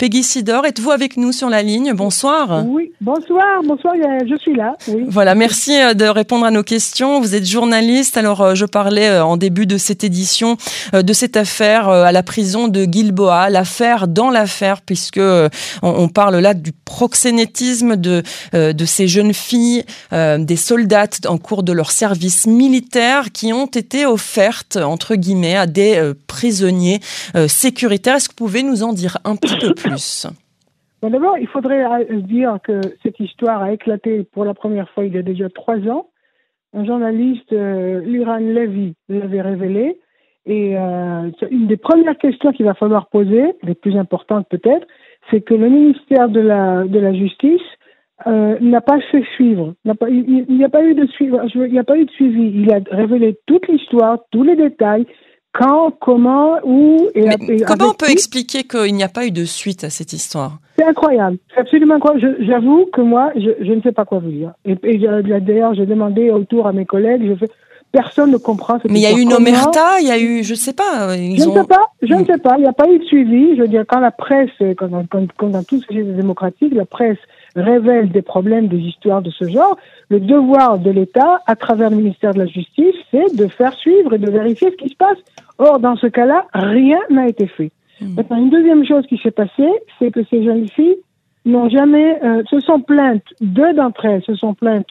Peggy Sidor, êtes-vous avec nous sur la ligne? Bonsoir. Oui, bonsoir, je suis là. Oui. Voilà, merci de répondre à nos questions. Vous êtes journaliste, alors je parlais en début de cette édition de cette affaire à la prison de Gilboa, l'affaire dans l'affaire, puisque on parle là du proxénétisme de ces jeunes filles, des soldats en cours de leur service militaire qui ont été offertes, entre guillemets, à des prisonniers sécuritaires. Est-ce que vous pouvez nous en dire un petit peu plus? Bon, d'abord, il faudrait dire que cette histoire a éclaté pour la première fois il y a déjà 3 ans. Un journaliste, Liran Levy, l'avait révélé. Et une des premières questions qu'il va falloir poser, les plus importantes peut-être, c'est que le ministère de la Justice n'a pas fait suivre. Il n'y a pas eu de suivi. Il n'y a pas eu de suivi. Il a révélé toute l'histoire, tous les détails. Quand, comment, où... Comment on peut expliquer qu'il n'y a pas eu de suite à cette histoire? C'est incroyable. C'est absolument incroyable. J'avoue que moi, je ne sais pas quoi vous dire. Et d'ailleurs, j'ai demandé autour à mes collègues, personne ne comprend cette histoire. Mais il y a eu une omerta, il y a eu, je ne sais pas. Je ne sais pas. Il n'y a pas eu de suivi. Je veux dire, quand la presse, quand dans tout ce système démocratique, la presse révèle des problèmes, des histoires de ce genre, le devoir de l'État, à travers le ministère de la Justice, c'est de faire suivre et de vérifier ce qui se passe. Or, dans ce cas-là, rien n'a été fait. Maintenant, une deuxième chose qui s'est passée, c'est que ces jeunes filles n'ont jamais, se sont plaintes, 2 d'entre elles se sont plaintes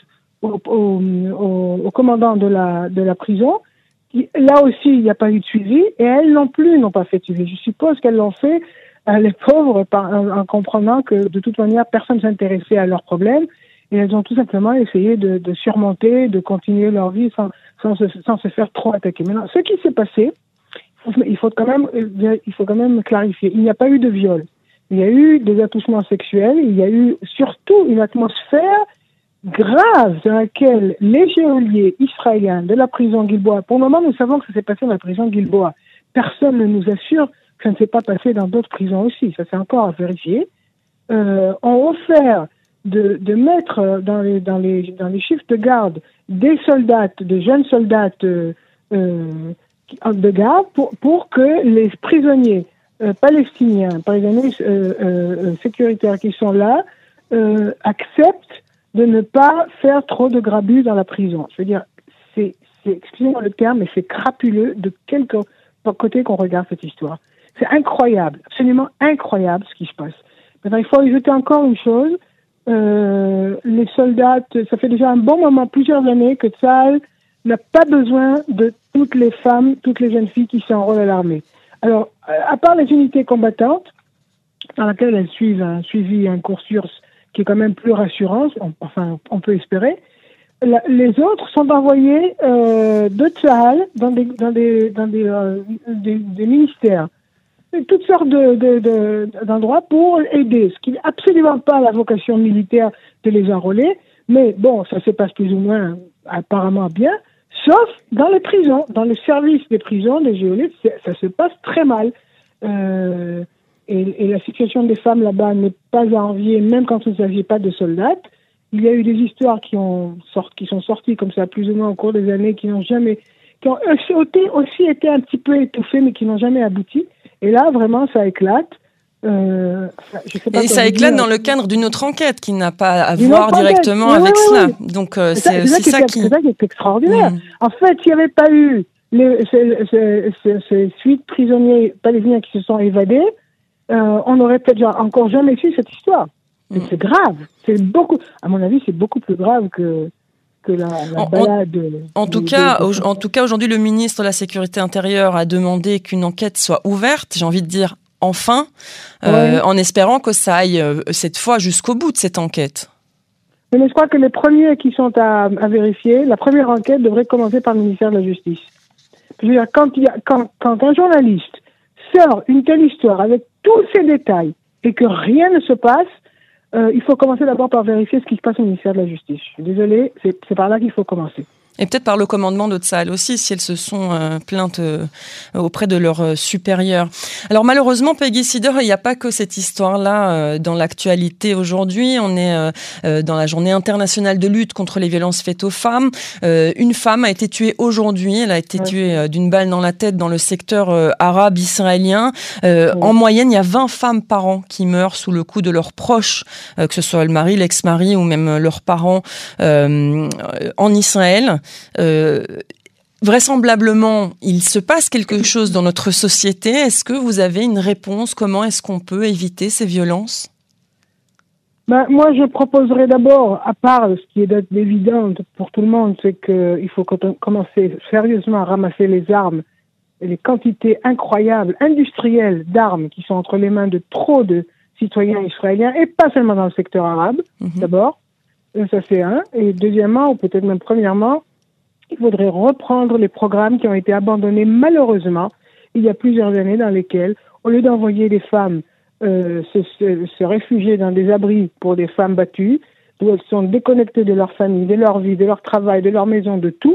au commandant de la prison. Là aussi, il n'y a pas eu de suivi, et elles non plus n'ont pas fait de suivi. Je suppose qu'elles l'ont fait, les pauvres, en comprenant que de toute manière, personne ne s'intéressait à leurs problèmes, et elles ont tout simplement essayé de surmonter, de continuer leur vie sans se faire trop attaquer. Maintenant, ce qui s'est passé, il faut quand même clarifier. Il n'y a pas eu de viol. Il y a eu des attouchements sexuels. Il y a eu surtout une atmosphère grave dans laquelle les geôliers israéliens de la prison Gilboa, pour le moment, nous savons que ça s'est passé dans la prison Gilboa. Personne ne nous assure que ça ne s'est pas passé dans d'autres prisons aussi. Ça, c'est encore à vérifier. Ont offert de mettre dans les chiffres de garde des jeunes soldats de garde pour que les prisonniers palestiniens, prisonniers sécuritaires qui sont là, acceptent de ne pas faire trop de grabuge dans la prison. Je veux dire, excusez-moi le terme, mais c'est crapuleux de quelque côté qu'on regarde cette histoire. C'est incroyable, absolument incroyable ce qui se passe. Maintenant, il faut ajouter encore une chose. Les soldats, ça fait déjà un bon moment, plusieurs années, que Tsahal n'a pas besoin de toutes les femmes, toutes les jeunes filles qui s'enrôlent à l'armée. Alors, à part les unités combattantes, dans lesquelles elles suivent un cursus qui est quand même plus rassurant, on peut espérer, les autres sont envoyés de Tsahal dans des ministères, toutes sortes d'endroits pour aider, ce qui n'est absolument pas la vocation militaire de les enrôler, mais bon, ça se passe plus ou moins apparemment bien, sauf dans les prisons, dans le service des prisons, des geôliers, ça se passe très mal. Et la situation des femmes là-bas n'est pas à envier, même quand il ne s'agit pas de soldats. Il y a eu des histoires qui sont sorties comme ça, plus ou moins au cours des années, qui ont aussi été un petit peu étouffées, mais qui n'ont jamais abouti. Et là, vraiment, ça éclate. Et ça éclate dans le cadre d'une autre enquête qui n'a pas à voir directement avec cela. Donc, c'est aussi ça qui est extraordinaire. En fait, s'il n'y avait pas eu ces 8 prisonniers palestiniens qui se sont évadés, on n'aurait peut-être encore jamais su cette histoire. C'est grave. À mon avis, c'est beaucoup plus grave que la balade. En tout cas, aujourd'hui, le ministre de la Sécurité intérieure a demandé qu'une enquête soit ouverte. J'ai envie de dire enfin, en espérant que ça aille cette fois jusqu'au bout de cette enquête. Mais je crois que les premiers qui sont à vérifier, la première enquête devrait commencer par le ministère de la Justice. Je veux dire, quand un journaliste sort une telle histoire avec tous ces détails et que rien ne se passe, il faut commencer d'abord par vérifier ce qui se passe au ministère de la Justice. Je suis désolée, c'est par là qu'il faut commencer. Et peut-être par le commandement de Tsahal aussi, si elles se sont plaintes auprès de leurs supérieurs. Alors malheureusement, Peggy Sider, il n'y a pas que cette histoire-là dans l'actualité aujourd'hui. On est dans la journée internationale de lutte contre les violences faites aux femmes. Une femme a été tuée aujourd'hui. Elle a été tuée d'une balle dans la tête dans le secteur arabe israélien. En moyenne, il y a 20 femmes par an qui meurent sous le coup de leurs proches, que ce soit le mari, l'ex-mari ou même leurs parents en Israël. Vraisemblablement, il se passe quelque chose dans notre société. Est-ce que vous avez une réponse? Comment est-ce qu'on peut éviter ces violences? Moi, je proposerais d'abord, à part ce qui est évident pour tout le monde, c'est qu'il faut commencer sérieusement à ramasser les armes, et les quantités incroyables, industrielles d'armes qui sont entre les mains de trop de citoyens israéliens, et pas seulement dans le secteur arabe, d'abord. Ça, c'est un. Et deuxièmement, ou peut-être même premièrement, il faudrait reprendre les programmes qui ont été abandonnés malheureusement il y a plusieurs années, dans lesquels, au lieu d'envoyer des femmes se réfugier dans des abris pour des femmes battues, où elles sont déconnectées de leur famille, de leur vie, de leur travail, de leur maison, de tout,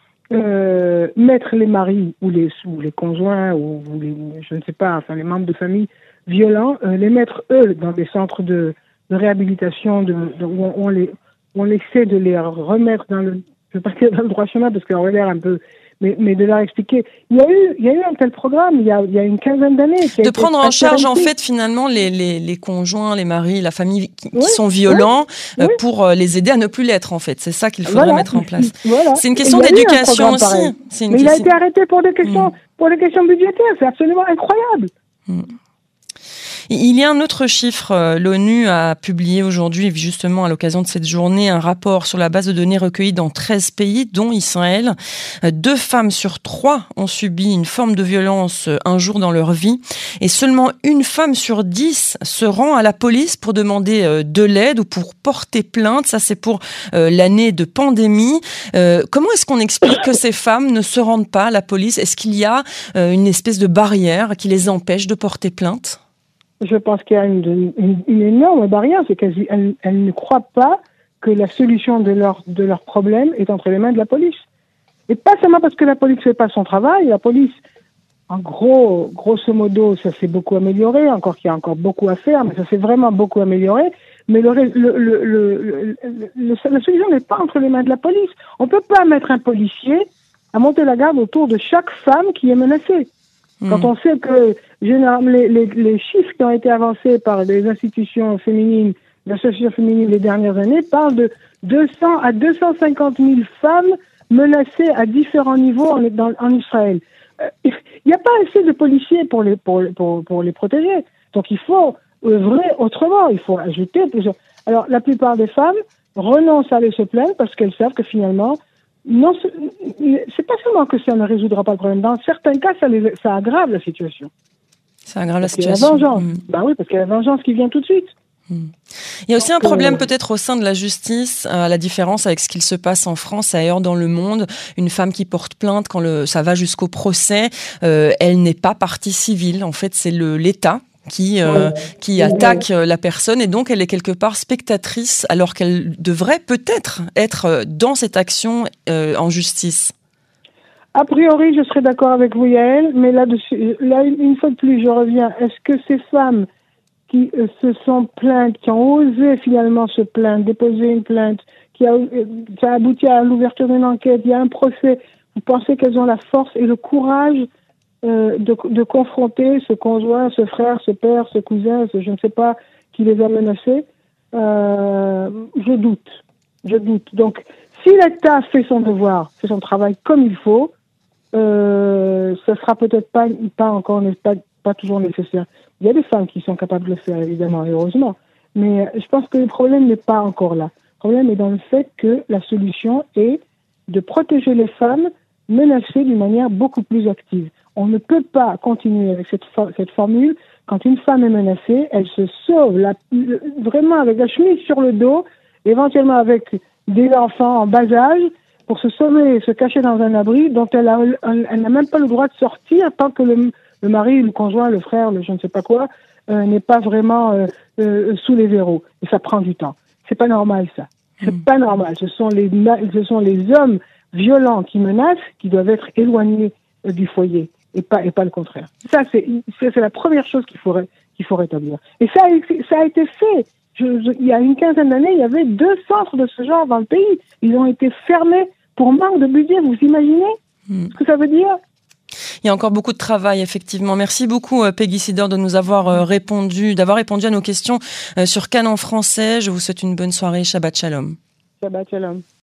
mettre les maris ou les conjoints ou je ne sais pas, enfin les membres de famille violents, les mettre eux dans des centres de réhabilitation où on essaie de les remettre dans le, je veux pas dire dans le droit chemin parce qu'on aurait l'air un peu, mais de leur expliquer. Il y a eu un tel programme il y a une quinzaine d'années. De prendre en charge en fait finalement les conjoints, les maris, la famille qui sont violents pour les aider à ne plus l'être en fait. C'est ça qu'il faudrait mettre en place. Voilà. C'est une question d'éducation aussi. Mais il a été arrêté pour des questions, budgétaires. C'est absolument incroyable. Il y a un autre chiffre. L'ONU a publié aujourd'hui, justement à l'occasion de cette journée, un rapport sur la base de données recueillies dans 13 pays, dont Israël. 2 femmes sur 3 ont subi une forme de violence un jour dans leur vie. Et seulement 1 femme sur 10 se rend à la police pour demander de l'aide ou pour porter plainte. Ça, c'est pour l'année de pandémie. Comment est-ce qu'on explique que ces femmes ne se rendent pas à la police? Est-ce qu'il y a une espèce de barrière qui les empêche de porter plainte? Je pense qu'il y a une énorme barrière, c'est qu'elles ne croient pas que la solution de leur problème est entre les mains de la police. Et pas seulement parce que la police ne fait pas son travail, la police, en grosso modo, ça s'est beaucoup amélioré, encore qu'il y a encore beaucoup à faire, mais ça s'est vraiment beaucoup amélioré. Mais la solution n'est pas entre les mains de la police. On ne peut pas mettre un policier à monter la garde autour de chaque femme qui est menacée. Quand on sait que généralement les chiffres qui ont été avancés par des institutions féminines, l'association féminine les dernières années, parlent de 200 à 250 000 femmes menacées à différents niveaux en Israël. Il n'y a pas assez de policiers pour les protéger. Donc il faut œuvrer autrement. Il faut ajouter plusieurs. Alors la plupart des femmes renoncent à aller se plaindre parce qu'elles savent que finalement, non, c'est pas seulement que ça ne résoudra pas le problème. Dans certains cas, ça aggrave la situation. Ça aggrave la situation. Il y a la vengeance. Oui, parce qu'il y a la vengeance qui vient tout de suite. Il y a aussi un problème peut-être au sein de la justice, à la différence avec ce qu'il se passe en France et ailleurs dans le monde. Une femme qui porte plainte, quand ça va jusqu'au procès, elle n'est pas partie civile. En fait, c'est l'État qui attaque la personne et donc elle est quelque part spectatrice alors qu'elle devrait peut-être être dans cette action en justice. A priori, je serais d'accord avec vous, Yael, mais là, une fois de plus, je reviens. Est-ce que ces femmes qui se sont plaintes, qui ont osé finalement se plaindre, déposer une plainte, ça a abouti à l'ouverture d'une enquête, il y a un procès, vous pensez qu'elles ont la force et le courage de confronter ce conjoint, ce frère, ce père, ce cousin, je ne sais pas, qui les a menacés? Je doute. Donc, si l'État fait son devoir, fait son travail comme il faut, ça sera peut-être pas toujours nécessaire. Il y a des femmes qui sont capables de le faire, évidemment, et heureusement. Mais je pense que le problème n'est pas encore là. Le problème est dans le fait que la solution est de protéger les femmes menacées d'une manière beaucoup plus active. On ne peut pas continuer avec cette formule. Quand une femme est menacée, elle se sauve vraiment avec la chemise sur le dos, éventuellement avec des enfants en bas âge, pour se sauver et se cacher dans un abri dont elle n'a même pas le droit de sortir tant que le mari, le conjoint, le frère, je ne sais pas quoi, n'est pas vraiment sous les verrous. Et ça prend du temps. C'est pas normal, ça. C'est pas normal. Ce sont les hommes violents qui menacent, qui doivent être éloignés du foyer et pas le contraire. Ça, c'est la première chose qu'il faut rétablir. Et ça a été fait. Il y a une quinzaine d'années, il y avait 2 centres de ce genre dans le pays. Ils ont été fermés pour manque de budget. Vous imaginez ce que ça veut dire? Il y a encore beaucoup de travail, effectivement. Merci beaucoup, Peggy Sidor, de nous avoir répondu à nos questions sur Cannes en français. Je vous souhaite une bonne soirée. Shabbat Shalom. Shabbat Shalom.